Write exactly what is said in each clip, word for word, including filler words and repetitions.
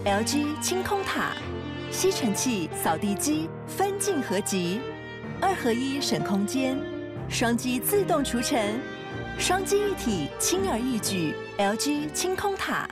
L G 清空塔，吸尘器、扫地机分镜合集，二合一省空间，双击自动除尘，双击一体轻而易举。L G 清空塔。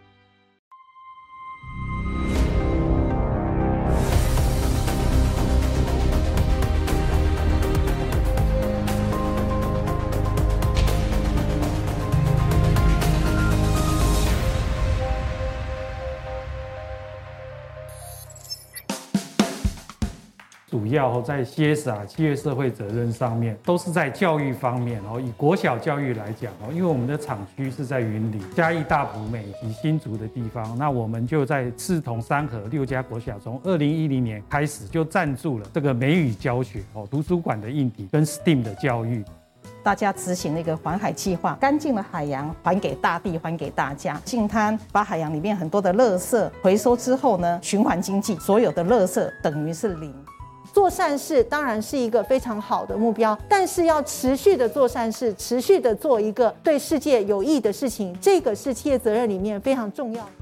主要在 C S R 企业社会责任上面，都是在教育方面哦。以国小教育来讲哦，因为我们的厂区是在云林、嘉义、大埔美以及新竹的地方，那我们就在四同、三和六家国小，从二零一零年开始就赞助了这个美语教学哦、图书馆的硬体跟 S T E A M 的教育。 大家执行那个环海计划，干净的海洋还给大地，还给大家。净滩把海洋里面很多的垃圾回收之后呢，循环经济，所有的垃圾等于是零。 做善事当然是一个非常好的目标，但是要持续的做善事，持续的做一个对世界有益的事情，这个是企业责任里面非常重要的。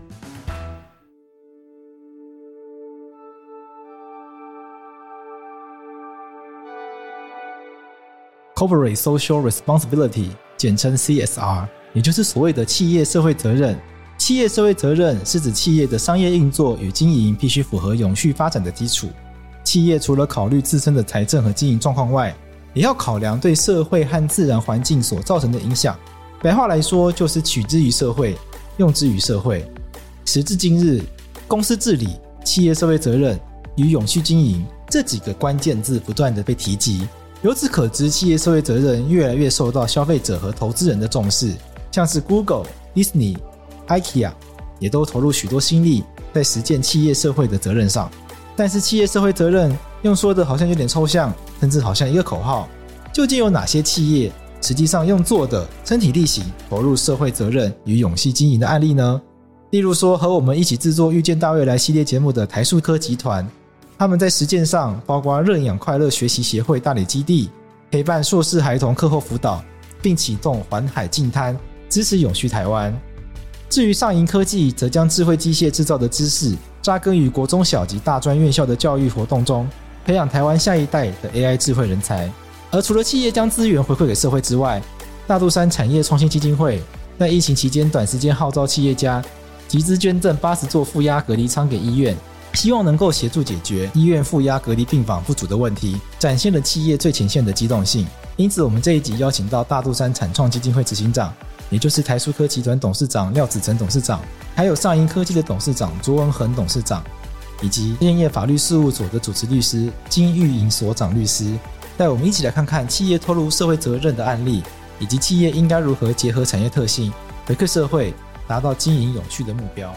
Corporate Social Responsibility 简称 C S R， 也就是所谓的企业社会责任。企业社会责任是指企业的商业运作与经营必须符合永续发展的基础。企业除了考虑自身的财政和经营状况外，也要考量对社会和自然环境所造成的影响。白话来说，就是取之于社会，用之于社会。时至今日，公司治理、企业社会责任与永续经营这几个关键字不断地被提及。由此可知，企业社会责任越来越受到消费者和投资人的重视，像是 Google、Disney、IKEA 也都投入许多心力在实践企业社会的责任上。但是企业社会责任用说的好像有点抽象，甚至好像一个口号。究竟有哪些企业实际上用做的身体力行投入社会责任与永续经营的案例呢？例如说和我们一起制作遇见大未来系列节目的台塑科集团，他们在实践上包括认养快乐学习协会大理基地，陪伴硕士孩童课后辅导，并启动环海净滩，支持永续台湾。至于上银科技，则将智慧机械制造的知识扎根于国中小及大专院校的教育活动中，培养台湾下一代的 A I 智慧人才。而除了企业将资源回馈给社会之外，大肚山产业创新基金会在疫情期间短时间号召企业家集资捐赠八十座负压隔离舱给医院，希望能够协助解决医院负压隔离病房不足的问题，展现了企业最前线的机动性。因此我们这一集邀请到大肚山产创基金会执行长，也就是台塑科集团董事长廖子成董事长，还有上银科技的董事长卓文恒董事长，以及建业法律事务所的主持律师金玉莹所长律师，带我们一起来看看企业投入社会责任的案例，以及企业应该如何结合产业特性回馈社会，达到经营永续的目标。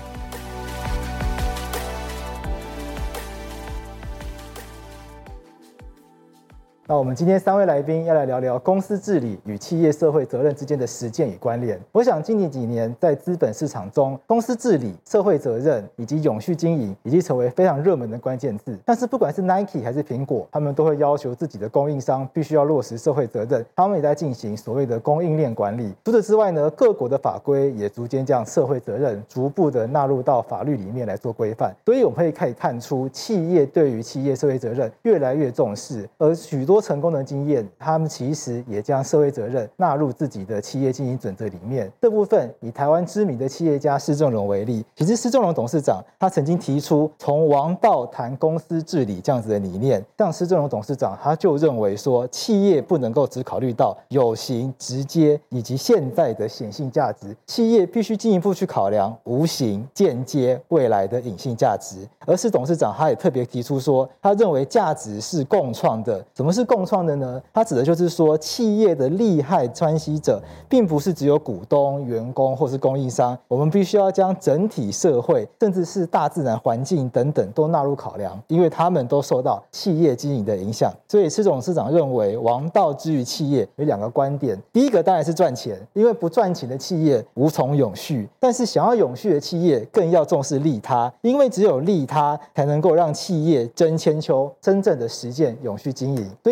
那我们今天三位来宾要来聊聊公司治理与企业社会责任之间的实践与关联。我想近几年在资本市场中，公司治理、社会责任以及永续经营已经成为非常热门的关键字。但是不管是 Nike 还是苹果，他们都会要求自己的供应商必须要落实社会责任，他们也在进行所谓的供应链管理。除此之外呢，各国的法规也逐渐将社会责任逐步的纳入到法律里面来做规范。所以我们可以可以看出，企业对于企业社会责任越来越重视，而许多成功的经验，他们其实也将社会责任纳入自己的企业经营准则里面。这部分以台湾知名的企业家施正荣为例，其实施正荣董事长他曾经提出从王道谈公司治理这样子的理念。像施正荣董事长他就认为说，企业不能够只考虑到有形、直接以及现在的显性价值，企业必须进一步去考量无形、间接未来的隐性价值。而施董事长他也特别提出说，他认为价值是共创的。什么是共创的呢？他指的就是说，企业的利害关系者并不是只有股东、员工或是供应商，我们必须要将整体社会甚至是大自然环境等等都纳入考量，因为他们都受到企业经营的影响。所以施董事长认为，王道之于企业有两个观点。第一个当然是赚钱，因为不赚钱的企业无从永续，但是想要永续的企业更要重视利他，因为只有利他才能够让企业真千秋真正的实践永续经营。所以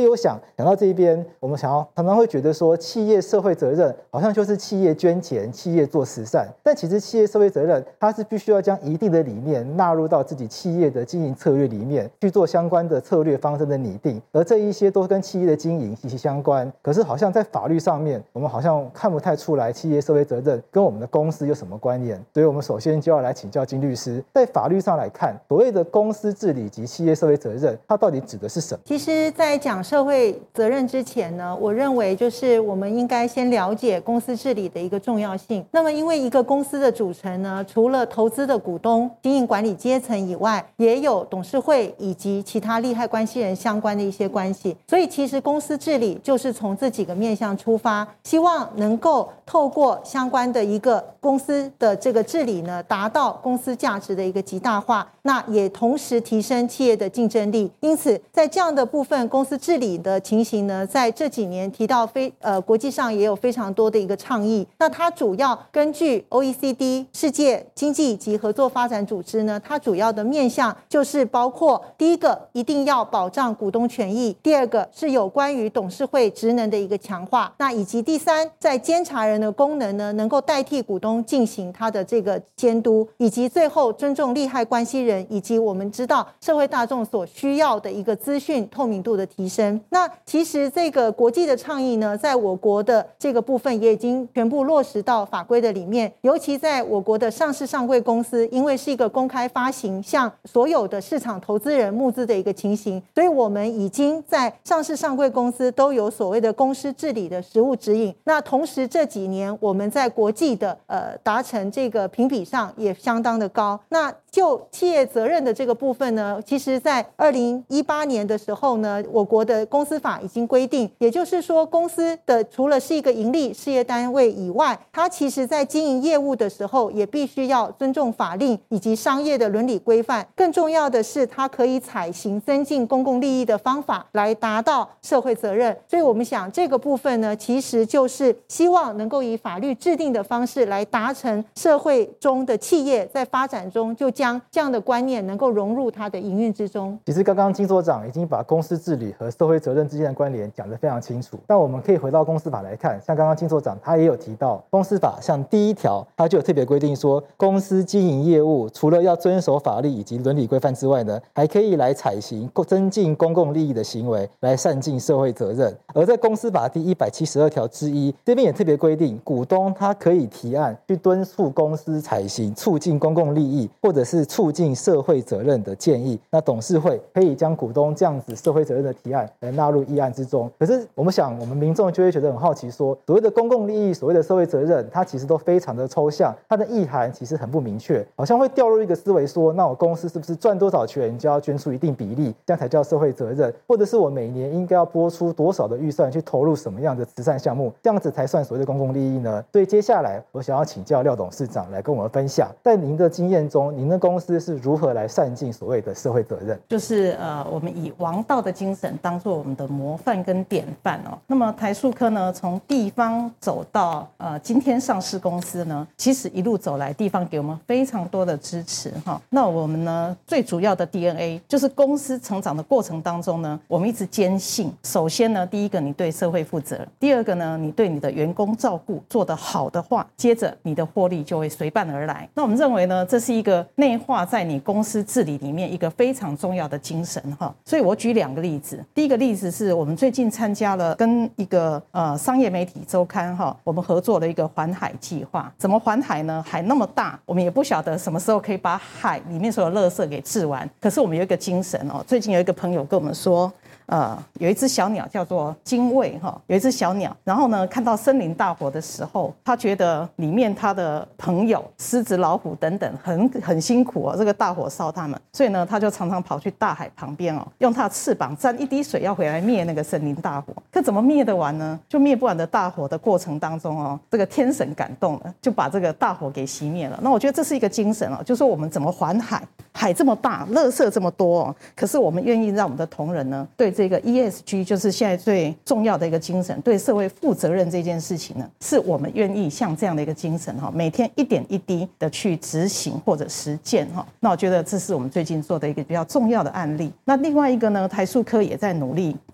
以我想讲到这边，我们想要常常会觉得说，企业社会责任好像就是企业捐钱、企业做慈善，但其实企业社会责任它是必须要将一定的理念纳入到自己企业的经营策略里面去做相关的策略方针的拟定，而这一些都跟企业的经营息息相关。可是好像在法律上面，我们好像看不太出来企业社会责任跟我们的公司有什么关联，所以我们首先就要来请教金律师，在法律上来看，所谓的公司治理及企业社会责任，它到底指的是什么？ 其实，在讲社会责任之前呢，我认为就是我们应该先了解公司治理的一个重要性。那么，因为一个公司的组成呢，除了投资的股东、经营管理阶层以外，也有董事会以及其他利害关系人相关的一些关系。所以，其实公司治理就是从这几个面向出发，希望能够透过相关的一个公司的这个治理呢，达到公司价值的一个极大化，那也同时提升企业的竞争力。因此，在这样的部分，公司治理的情形呢，在这几年提到非呃国际上也有非常多的一个倡议。那它主要根据 O E C D 世界经济及合作发展组织呢，它主要的面向就是包括第一个，一定要保障股东权益；第二个是有关于董事会职能的一个强化；那以及第三，在监察人的功能呢，能够代替股东进行他的这个监督；以及最后尊重利害关系人，以及我们知道社会大众所需要的一个资讯透明度的提升。那其实这个国际的倡议呢，在我国的这个部分也已经全部落实到法规的里面，尤其在我国的上市上柜公司，因为是一个公开发行向所有的市场投资人募资的一个情形，所以我们已经在上市上柜公司都有所谓的公司治理的实务指引。那同时这几年我们在国际的呃达成这个评比上也相当的高。那就企业责任的这个部分呢，其实在二零一八年的时候呢，我国的公司法已经规定，也就是说公司的除了是一个营利事业单位以外，它其实在经营业务的时候也必须要尊重法令以及商业的伦理规范。更重要的是，它可以采行增进公共利益的方法来达到社会责任。所以我们想这个部分呢，其实就是希望能够以法律制定的方式来达成社会中的企业在发展中就将这样的观念能够融入它的营运之中。 其实刚刚金所长已经把公司治理和社会责任之间的关联讲得非常清楚，但我们可以回到公司法来看，像刚刚金所长他也有提到，公司法像第一条他就有特别规定说，公司经营业务除了要遵守法律以及伦理规范之外呢，还可以来采行增进公共利益的行为，来善尽社会责任。而在公司法第一百七十二条之一这边也特别规定，股东他可以提案去敦促公司采行促进公共利益或者是促进社会责任的建议，那董事会可以将股东这样子社会责任的提案来纳入议案之中。可是我们想，我们民众就会觉得很好奇说，所谓的公共利益，所谓的社会责任，它其实都非常的抽象，它的意涵其实很不明确，好像会掉入一个思维说，那我公司是不是赚多少钱就要捐出一定比例，这样才叫社会责任，或者是我每年应该要拨出多少的预算去投入什么样的慈善项目，这样子才算所谓的公共利益呢？所以接下来我想要请教廖董事长来跟我们分享，在您的经验中，您的公司是如何来善尽所谓的社会责任？ 就是呃，我们以王道的精神当做我们的模范跟典范哦。那么台塑科呢，从地方走到呃今天上市公司呢，其实一路走来，地方给我们非常多的支持哈。那我们呢，最主要的 D N A 就是公司成长的过程当中呢，我们一直坚信，首先呢，第一个你对社会负责，第二个呢，你对你的员工照顾做得好的话，接着你的获利就会随伴而来。那我们认为呢，这是一个内化在你公司治理里面一个非常重要的精神哈。所以我举两个例子，第一个例子是我们最近参加了跟一个呃商业媒体周刊哈，我们合作了一个环海计划。怎么环海呢？海那么大，我们也不晓得什么时候可以把海里面所有垃圾给治完。可是我们有一个精神哦，最近有一个朋友跟我们说。呃，有一只小鸟叫做精卫哈，有一只小鸟，然后呢，看到森林大火的时候，他觉得里面他的朋友狮子、老虎等等很很辛苦哦，这个大火烧他们，所以呢，他就常常跑去大海旁边哦，用他的翅膀沾一滴水要回来灭那个森林大火。可怎么灭得完呢？就灭不完的大火的过程当中哦，这个天神感动了，就把这个大火给熄灭了。那我觉得这是一个精神哦，就是说我们怎么环海，海这么大，垃圾这么多哦，可是我们愿意让我们的同仁呢，对这个 E S G 就是现在最重要的一个精神，对社会负责任这件事情呢，是我们愿意像这样的一个精神哈，每天一点一滴的去执行或者实践哈。那我觉得这是我们最近做的一个比较重要的案例。那另外一个呢，台塑科也在努力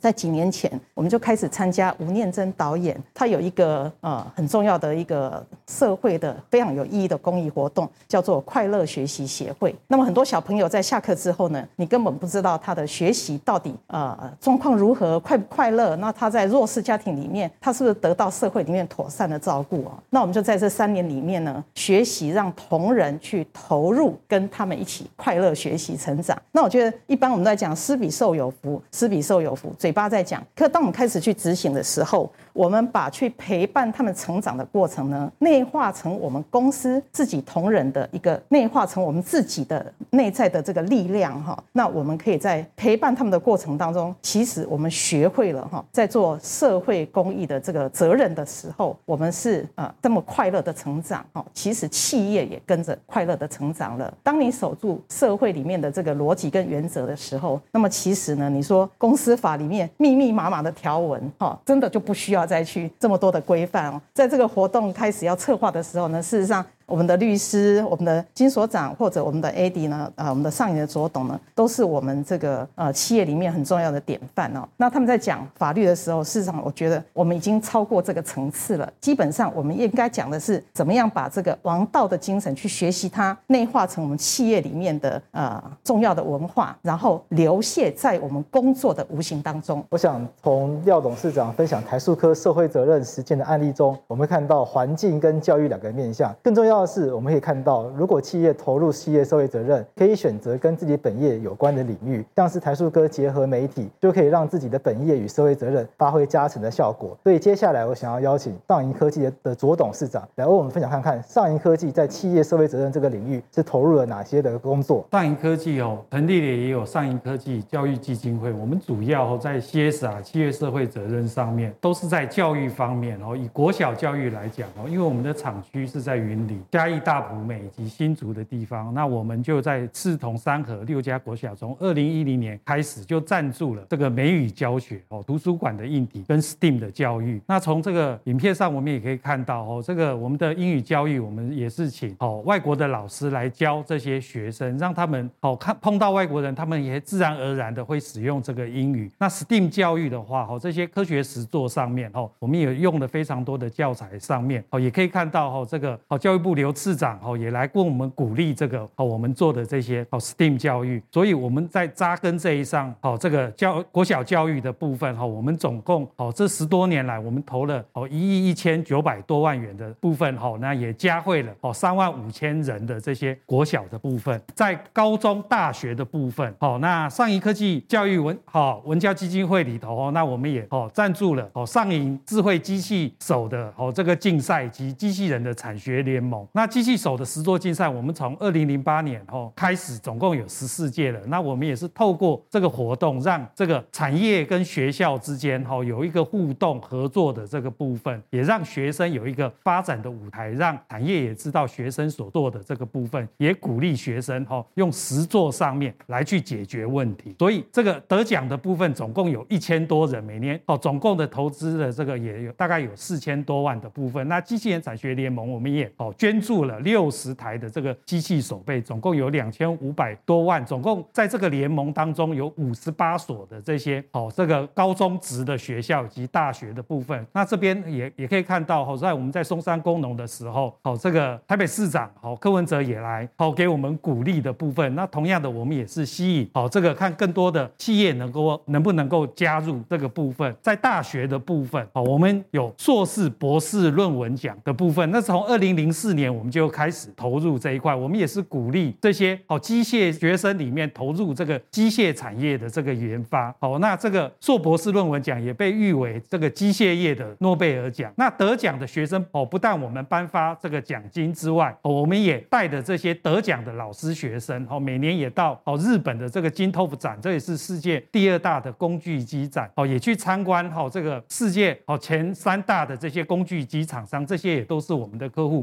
在几年前我们就开始参加吴念真导演，他有一个呃很重要的一个社会的非常有意义的公益活动，叫做快乐学习协会。那么很多小朋友在下课之后呢，你根本不知道他的学习到底呃状况如何，快不快乐，那他在弱势家庭里面，他是不是得到社会里面妥善的照顾哦？那我们就在这三年里面呢，学习让同仁去投入，跟他们一起快乐学习成长。那我觉得一般我们在讲施比受有福，施比受有福，嘴巴在讲，可当我们开始去执行的时候，我们把去陪伴他们成长的过程呢，内化成我们公司自己同仁的一个内化成我们自己的内在的这个力量哈。那我们可以在陪伴他们的过程当中，其实我们学会了哈，在做社会公益的这个责任的时候，我们是呃这么快乐的成长哈。其实企业也跟着快乐的成长了。当你守住社会里面的这个逻辑跟原则的时候，那么其实呢，你说公司法里面密密麻麻的条文哈，真的就不需要再去这么多的规范哦。在这个活动开始要策划的时候呢，事实上我们的律师、我们的金所长或者我们的 A D 呢，呃，我们的上影的左董呢，都是我们这个呃企业里面很重要的典范哦。那他们在讲法律的时候，事实上我觉得我们已经超过这个层次了。基本上我们应该讲的是怎么样把这个王道的精神去学习它，内化成我们企业里面的呃重要的文化，然后流泻在我们工作的无形当中。 我想从廖董事长分享台塑科社会责任实践的案例中，我们会看到环境跟教育两个面向，更重要的是，我们可以看到，如果企业投入企业社会责任，可以选择跟自己本业有关的领域，像是台塑科结合媒体，就可以让自己的本业与社会责任发挥加成的效果。所以接下来我想要邀请上银科技的左董事长来为我们分享看看，上银科技在企业社会责任这个领域是投入了哪些的工作。 上银科技哦，成立了也有上银科技教育基金会，我们主要哦在 C S R 企业社会责任上面，都是在教育方面哦。以国小教育来讲哦，因为我们的厂区是在云林、嘉义、大埔美以及新竹的地方，那我们就在四同三河六家国小，从二零一零年开始就赞助了这个美语教学哦，图书馆的硬体跟 S T E A M 的教育。那从这个影片上我们也可以看到哦，这个我们的英语教育，我们也是请哦外国的老师来教这些学生，让他们哦看碰到外国人，他们也自然而然的会使用这个英语。那 S T E A M 教育的话哦，这些科学实作上面哦，我们也用了非常多的教材上面哦，也可以看到哦，这个哦教育部刘次长哦也来跟我们鼓励这个哦我们做的这些哦 S T E A M 教育。所以我们在扎根这一上哦这个教国小教育的部分哦，我们总共哦这十多年来我们投了哦一亿一千九百多万元的部分哦，那也加惠了哦三万五千人的这些国小的部分。在高中大学的部分哦，那上银科技教育文好、哦、文教基金会里头哦，那我们也哦赞助了哦上银智慧机器手的哦这个竞赛及机器人的产学联盟。那机器手的实作竞赛，我们从二零零八年哦开始，总共有十四届了。那我们也是透过这个活动，让这个产业跟学校之间哦有一个互动合作的这个部分，也让学生有一个发展的舞台，让产业也知道学生所做的这个部分，也鼓励学生哦用实作上面来去解决问题。所以这个得奖的部分总共有一千多人，每年哦总共的投资的这个也有大概有四千多万的部分。那机器人产学联盟我们也哦捐助了六十台的这个机器手备，总共有两千五百多万。总共在这个联盟当中有五十八所的这些哦这个高中职的学校以及大学的部分。那这边也也可以看到哦，在我们在松山工农的时候哦，这个台北市长哦柯文哲也来哦给我们鼓励的部分。那同样的，我们也是吸引哦这个看更多的企业能够能不能够加入这个部分。在大学的部分哦，我们有硕士、博士论文奖的部分。那从二零零四年我们就开始投入这一块，我们也是鼓励这些哦机械学生里面投入这个机械产业的这个研发。哦，那这个硕博士论文奖也被誉为这个机械业的诺贝尔奖。那得奖的学生哦，不但我们颁发这个奖金之外，哦，我们也带着这些得奖的老师学生哦，每年也到哦日本的这个金 T O F 展，这也是世界第二大的工具机展哦，也去参观哦这个世界哦前三大的这些工具机厂商，这些也都是我们的客户。好，不止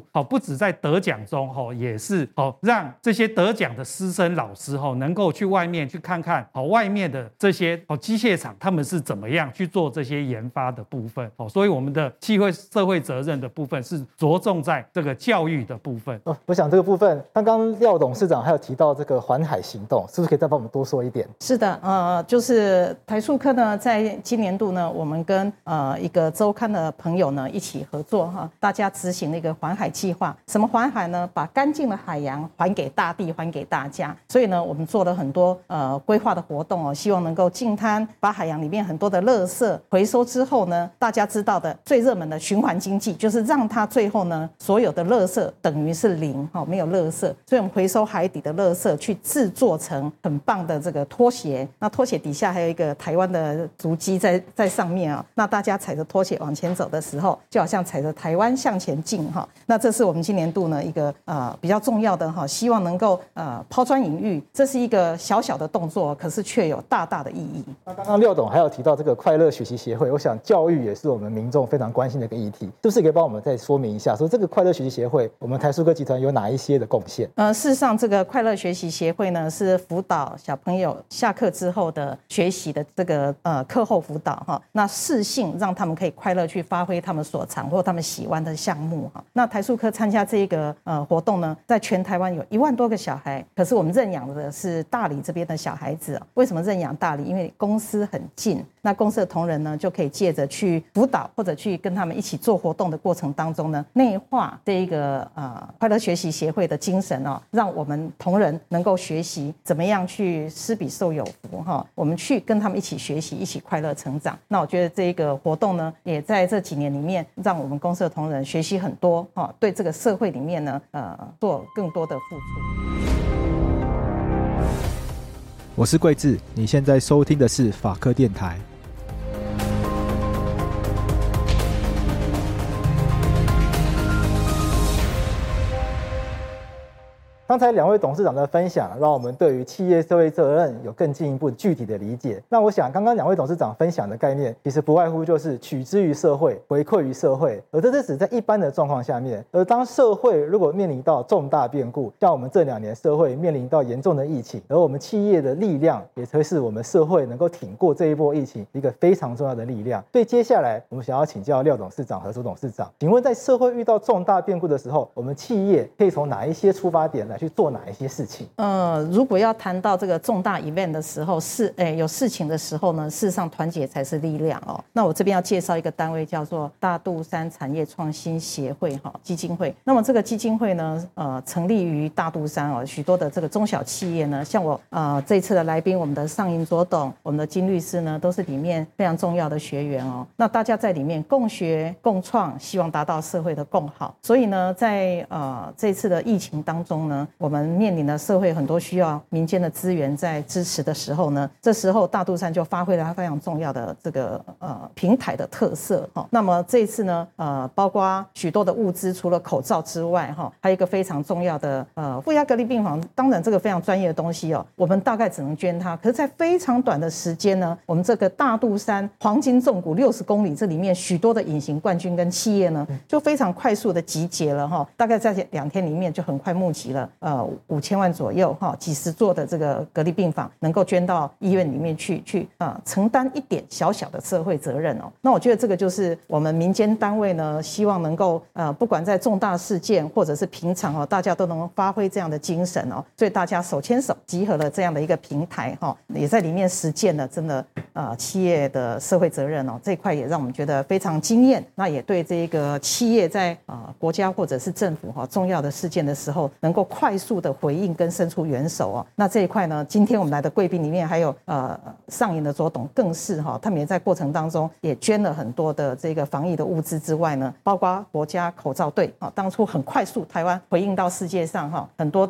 止在得奖中哦，也是哦让这些得奖的师生老师哦能够去外面去看看哦外面的这些哦机械厂他们是怎么样去做这些研发的部分哦，所以我们的企业社会责任的部分是着重在这个教育的部分。 哦，我想这个部分，刚刚廖董事长还有提到这个环海行动，是不是可以再帮我们多说一点？ 是的，呃，就是台塑科呢，在今年度呢，我们跟呃一个周刊的朋友呢一起合作哈，大家执行了一个环海计划。什么环海呢？把干净的海洋还给大地，还给大家。所以呢，我们做了很多呃规划的活动哦，希望能够净滩，把海洋里面很多的垃圾回收之后呢，大家知道的最热门的循环经济，就是让它最后呢，所有的垃圾等于是零哈，没有垃圾。所以我们回收海底的垃圾，去制作成很棒的这个拖鞋。那拖鞋底下还有一个台湾的足迹在在上面啊，那大家踩着拖鞋往前走的时候，就好像踩着台湾向前进哈。那这是我们今年度呢一个呃比较重要的哈，希望能够呃抛砖引玉。这是一个小小的动作，可是却有大大的意义。 那刚刚廖董还有提到这个快乐学习协会，我想教育也是我们民众非常关心的一个议题，是不是可以帮我们再说明一下，说这个快乐学习协会，我们台塑科集团有哪一些的贡献？ 呃，事实上，这个快乐学习协会呢，是辅导小朋友下课之后的学习的这个呃课后辅导哈。那适性让他们可以快乐去发挥他们所长或他们喜欢的项目哈。那台塑科参加这个呃活动呢，在全台湾有一万多个小孩，可是我们认养的是大理这边的小孩子。为什么认养大理？因为公司很近，那公司的同仁呢就可以借着去辅导或者去跟他们一起做活动的过程当中呢，内化这一个呃快乐学习协会的精神哦，让我们同仁能够学习怎么样去施比受有福哈。我们去跟他们一起学习，一起快乐成长。那我觉得这个活动呢，也在这几年里面，让我们公司的同仁学习很多哈，对这个社会里面呢，呃，做更多的付出。 我是桂智，你现在收听的是法科电台。刚才两位董事长的分享，让我们对于企业社会责任有更进一步具体的理解。那我想，刚刚两位董事长分享的概念，其实不外乎就是取之于社会，回馈于社会。而这是指在一般的状况下面，而当社会如果面临到重大变故，像我们这两年社会面临到严重的疫情，而我们企业的力量也会是我们社会能够挺过这一波疫情一个非常重要的力量。所以接下来我们想要请教廖董事长和周董事长，请问在社会遇到重大变故的时候，我们企业可以从哪一些出发点来去做哪一些事情？ 呃，如果要谈到这个重大 event 的时候，是诶有事情的时候呢，事实上团结才是力量哦。那我这边要介绍一个单位，叫做大肚山产业创新协会哈基金会。那么这个基金会呢，呃，成立于大肚山哦，许多的这个中小企业呢，像我呃这一次的来宾，我们的上银左董，我们的金律师呢，都是里面非常重要的学员哦。那大家在里面共学共创，希望达到社会的共好。所以呢，在呃这次的疫情当中呢，我们面临了社会很多需要民间的资源在支持的时候呢，这时候大肚山就发挥了它非常重要的这个呃平台的特色哈。那么这一次呢，呃，包括许多的物资，除了口罩之外哈，还有一个非常重要的呃负压隔离病房。当然这个非常专业的东西哦，我们大概只能捐它，可是在非常短的时间呢，我们这个大肚山黄金纵谷六十公里这里面许多的隐形冠军跟企业呢，就非常快速的集结了哈，大概在两天里面就很快募集了呃。五千万左右哈，几十座的这个隔离病房能够捐到医院里面去，去啊、呃、承担一点小小的社会责任哦。那我觉得这个就是我们民间单位呢，希望能够呃不管在重大事件或者是平常哦，大家都能发挥这样的精神哦。所以大家手牵手集合了这样的一个平台哈，也在里面实践了真的呃企业的社会责任哦。这一块也让我们觉得非常惊艳，那也对这个企业在啊、呃、国家或者是政府哈重要的事件的时候，能够快速的回应跟伸出援手哦。那这一块呢，今天我们来的贵宾里面还有呃上银的左董，更是哈，他们也在过程当中也捐了很多的这个防疫的物资之外呢，包括国家口罩队啊，当初很快速台湾回应到世界上哈很多的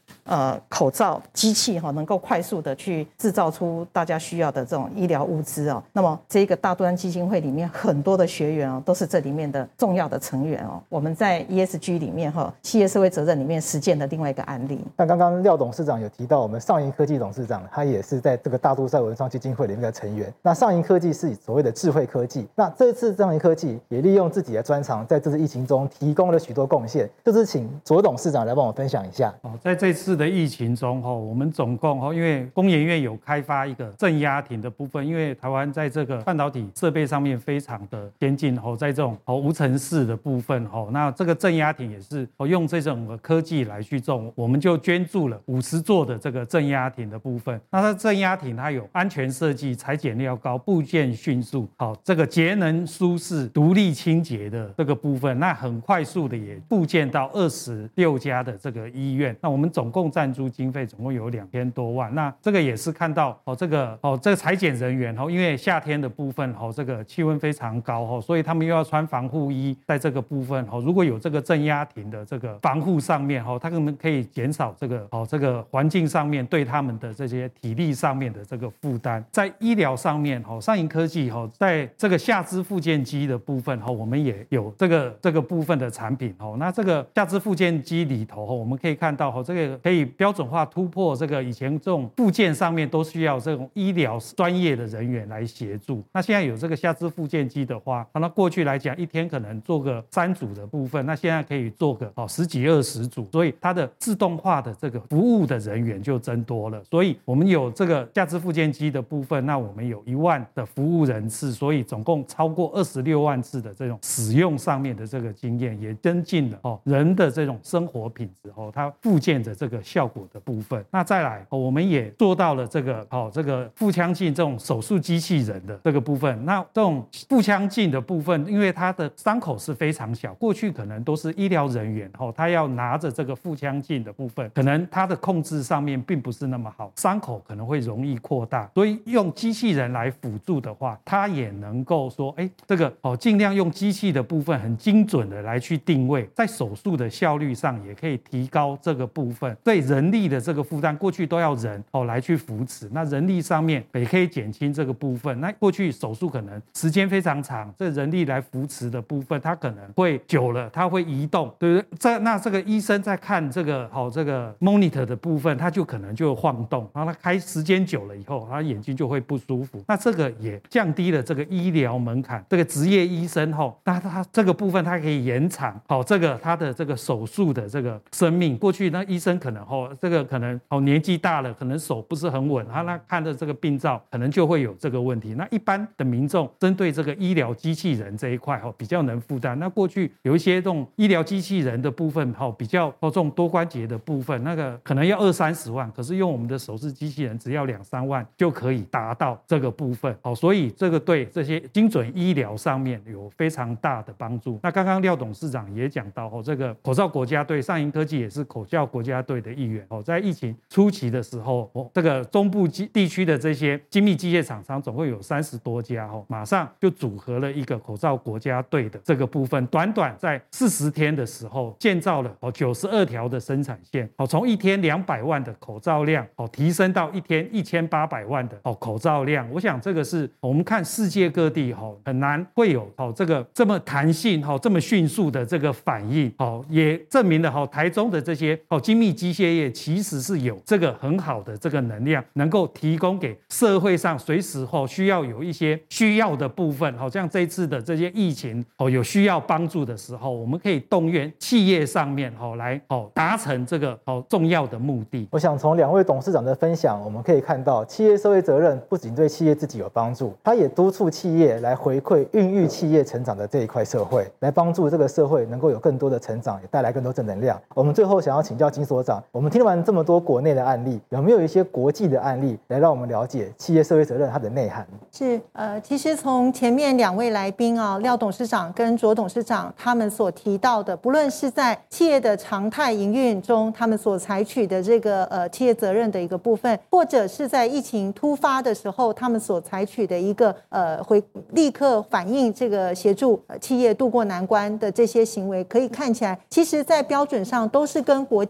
呃口罩机器哈，能够快速的去制造出大家需要的这种医疗物资哦。那么这个大都安基金会里面很多的学员哦，都是这里面的重要的成员哦。我们在 E S G 里面哈，企业社会责任里面实践的另外一个案例。 那刚刚廖董事长有提到，我们上银科技董事长他也是在这个大都赛文创基金会里面的成员。那上银科技是所谓的智慧科技，那这次上银科技也利用自己的专长，在这次疫情中提供了许多贡献。就是请左董事长来帮我分享一下。 哦，在这次的疫情中，哈，我们总共哈，因为工研院有开发一个正压艇的部分，因为台湾在这个半导体设备上面非常的先进，哈，在这种哦无尘室的部分，哈，那这个正压艇也是哦用这种科技来去种，我们就捐助了五十座的这个正压艇的部分。那它正压艇它有安全设计、裁剪料高、部件迅速，好，这个节能舒适、独立清洁的这个部分，那很快速的也部件到二十六家的这个医院。那我们总共赞助经费总共有两千多万。那这个也是看到哦，这个哦这个裁剪人员哦，因为夏天的部分哦，这个气温非常高哦，所以他们又要穿防护衣，在这个部分哦，如果有这个正压艇的这个防护上面哦，他们可以减少这个哦这个环境上面对他们的这些体力上面的这个负担。在医疗上面哦，上银科技哦，在这个下肢复健机的部分哦，我们也有这个这个部分的产品哦。那这个下肢复健机里头哦，我们可以看到哦，这个可以标准化突破这个以前这种复健上面都需要这种医疗专业的人员来协助。那现在有这个下肢复健机的话，那过去来讲一天可能做个三组的部分，那现在可以做个哦十几二十组，所以它的自动化的这个服务的人员就增多了。所以我们有这个下肢复健机的部分，那我们有一万的服务人次，所以总共超过二十六万次的这种使用上面的这个经验，也增进了哦人的这种生活品质哦，它复健的这个效果的部分。那再来哦，我们也做到了这个哦这个腹腔镜这种手术机器人的这个部分。那这种腹腔镜的部分，因为它的伤口是非常小，过去可能都是医疗人员哦，他要拿着这个腹腔镜的部分，可能它的控制上面并不是那么好，伤口可能会容易扩大，所以用机器人来辅助的话，它也能够说，哎，这个哦尽量用机器的部分很精准的来去定位，在手术的效率上也可以提高这个部分，对人力的这个负担，过去都要人哦来去扶持，那人力上面也可以减轻这个部分。那过去手术可能时间非常长，这人力来扶持的部分，它可能会久了，它会移动，对不对？这那这个医生在看这个好、哦、这个 monitor 的部分，他就可能就晃动，然后他开时间久了以后，他眼睛就会不舒服。那这个也降低了这个医疗门槛，这个职业医生后、哦，那他这个部分他可以延长好、哦、这个他的这个手术的这个生命。过去那医生可能哦这个可能哦年纪大了，可能手不是很稳，他那看的这个病灶可能就会有这个问题。那一般的民众针对这个医疗机器人这一块哦比较能负担。那过去有一些这种医疗机器人的部分哦比较哦这种多关节的部分，那个可能要二三十万，可是用我们的手势机器人只要两三万就可以达到这个部分。好，所以这个对这些精准医疗上面有非常大的帮助。那刚刚廖董事长也讲到哦，这个口罩国家队，上银科技也是口罩国家队的一员哦。在疫情初期的时候，哦，这个中部地区的这些精密机械厂商总共有三十多家哦，马上就组合了一个口罩国家队的这个部分，短短在四十天的时候建造了哦九十二条的生产线，哦，从一天两百万的口罩量哦提升到一天一千八百万的哦口罩量。我想这个是我们看世界各地哦很难会有哦这个这么弹性哦这么迅速的这个反应哦，也证明了哦台中的这些哦精密机械业其实是有这个很好的这个能量，能够提供给社会上随时哦需要有一些需要的部分，好像这一次的这些疫情哦有需要帮助的时候，我们可以动员企业上面哦来哦达成这个哦重要的目的。 我想从两位董事长的分享，我们可以看到企业社会责任不仅对企业自己有帮助，它也督促企业来回馈孕育企业成长的这一块社会，来帮助这个社会能够有更多的成长，也带来更多正能量。我们最后想要请教金所长，我们听完这么多国内的案例，有没有一些国际的案例来让我们了解企业社会责任它的内涵？ 是呃，其实从前面两位来宾啊，廖董事长跟卓董事长他们所提到的，不论是在企业的常态营运中，他们所采取的这个呃企业责任的一个部分，或者是在疫情突发的时候，他们所采取的一个呃回立刻反映这个协助企业渡过难关的这些行为，可以看起来，其实在标准上都是跟国际的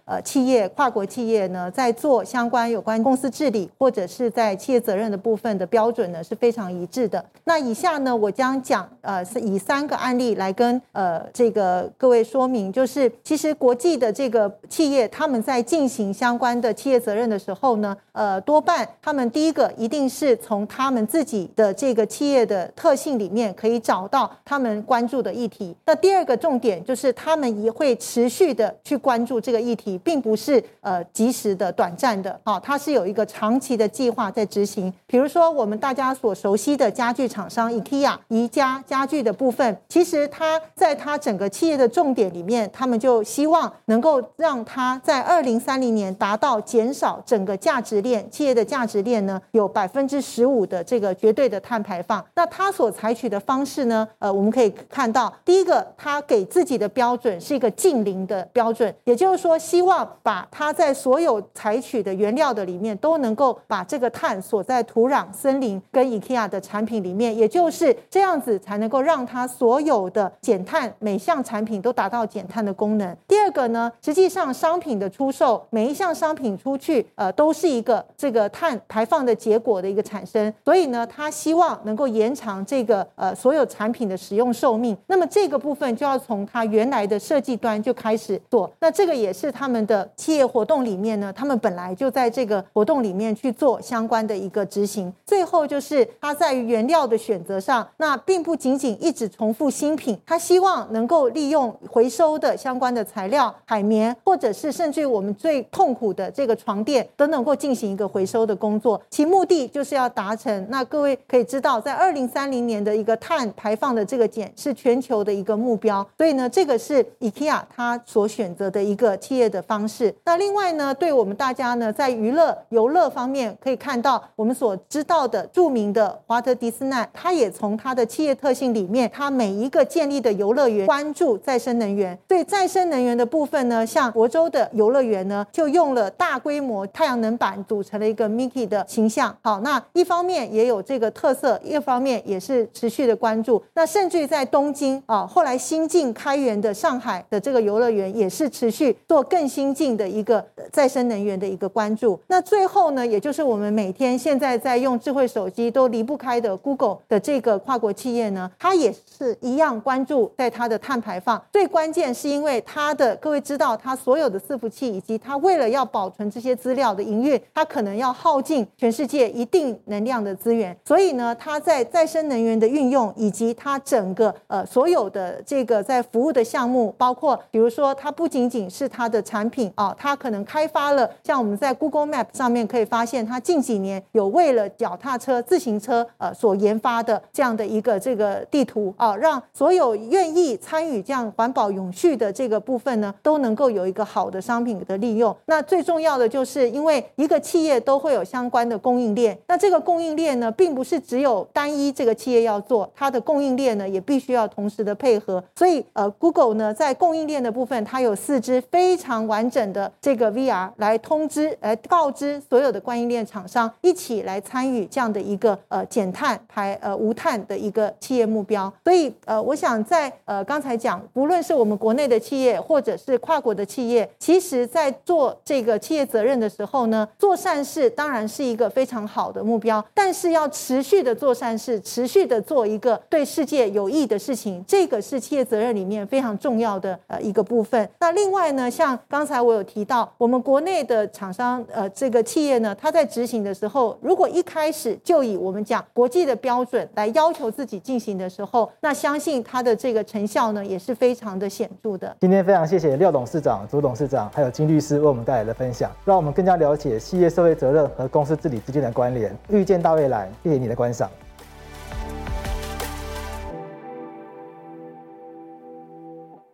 呃企业跨国企业呢，在做相关有关公司治理或者是在企业责任的部分的标准呢是非常一致的。那以下呢，我将讲呃是以三个案例来跟呃这个各位说明，就是其实国际的这个企业他们在进行相关的企业责任的时候呢，呃多半他们第一个一定是从他们自己的这个企业的特性里面可以找到他们关注的议题。那第二个重点就是他们也会持续的去关注这个议题，并不是呃及时的短暂的，好、哦，它是有一个长期的计划在执行。比如说我们大家所熟悉的家具厂商 IKEA 宜家家具的部分，其实它在它整个企业的重点里面，他们就希望能够让它在二零三零年达到减少整个价值链企业的价值链呢有百分之十五的这个绝对的碳排放。那它所采取的方式呢，呃，我们可以看到，第一个，它给自己的标准是一个净零的标准，也就是说，希望把它在所有采取的原料的里面都能够把这个碳锁在土壤、森林跟 IKEA 的产品里面，也就是这样子才能够让它所有的减碳每项产品都达到减碳的功能。第二个呢，实际上商品的出售，每一项商品出去，呃，都是一个这个碳排放的结果的一个产生，所以呢，它希望能够延长这个呃所有产品的使用寿命。那么这个部分就要从它原来的设计端就开始做，那这个也是他们的企业活动里面呢，他们本来就在这个活动里面去做相关的一个执行。最后就是它在于原料的选择上，那并不仅仅一直重复新品，它希望能够利用回收的相关的材料，海绵，或者是甚至于我们最痛苦的这个床垫都能够进行一个回收的工作，其目的就是要达成，那各位可以知道，在二零三零年的一个碳排放的这个减是全球的一个目标，所以呢，这个是 IKEA 它所选择的一个企业的方式。那另外呢，对我们大家呢，在娱乐游乐方面可以看到，我们所知道的著名的华特迪士尼，它也从它的企业特性里面，它每一个建立的游乐园关注再生能源。所以再生能源的部分呢，像佛州的游乐园呢，就用了大规模太阳能板组成了一个 Mickey 的形象。好，那一方面也有这个特色，一方面也是持续的关注。那甚至于在东京啊，后来新近开园的上海的这个游乐园也是持续做更新进的一个再生能源的一个关注。那最后呢，也就是我们每天现在在用智慧手机都离不开的 Google 的这个跨国企业呢，它也是一样关注在它的碳排放。最关键是因为它的各位知道，它所有的伺服器以及它为了要保存这些资料的营运，它可能要耗尽全世界一定能量的资源，所以呢，它在再生能源的运用以及它整个呃所有的这个在服务的项目，包括比如说它不仅仅是它的产品啊，它可能开发了像我们在 Google Map 上面可以发现，它近几年有为了脚踏车、自行车呃所研发的这样的一个这个地图啊，让所有愿意参与这样环保永续的这个部分呢，都能够有一个好的商品的利用。那最重要的就是因为一个企业都会有相关的供应链，那这个供应链呢，并不是只有单一这个企业要做，它的供应链呢也必须要同时的配合。所以呃 Google 呢在供应链的部分，它有四支非常完整的这个 V R 来通知来告知所有的供应链厂商一起来参与这样的一个呃减碳排呃无碳的一个企业目标。所以呃我想在呃刚才讲，不论是我们国内的企业或者是跨国的企业，其实在做这个企业责任的时候呢，做善事当然是一个非常好的目标，但是要持续的做善事，持续的做一个对世界有益的事情，这个是企业责任里面非常重要的呃一个部分。那另外呢，像刚才我有提到，我们国内的厂商呃这个企业呢，它在执行的时候，如果一开始就以我们讲国际的标准来要求自己进行的时候，那相信它的这个成效呢也是非常的显著的。 今天非常谢谢廖董事长、朱董事长还有金律师为我们带来的分享，让我们更加了解企业社会责任和公司治理之间的关联。预见大未来，谢谢你的观赏。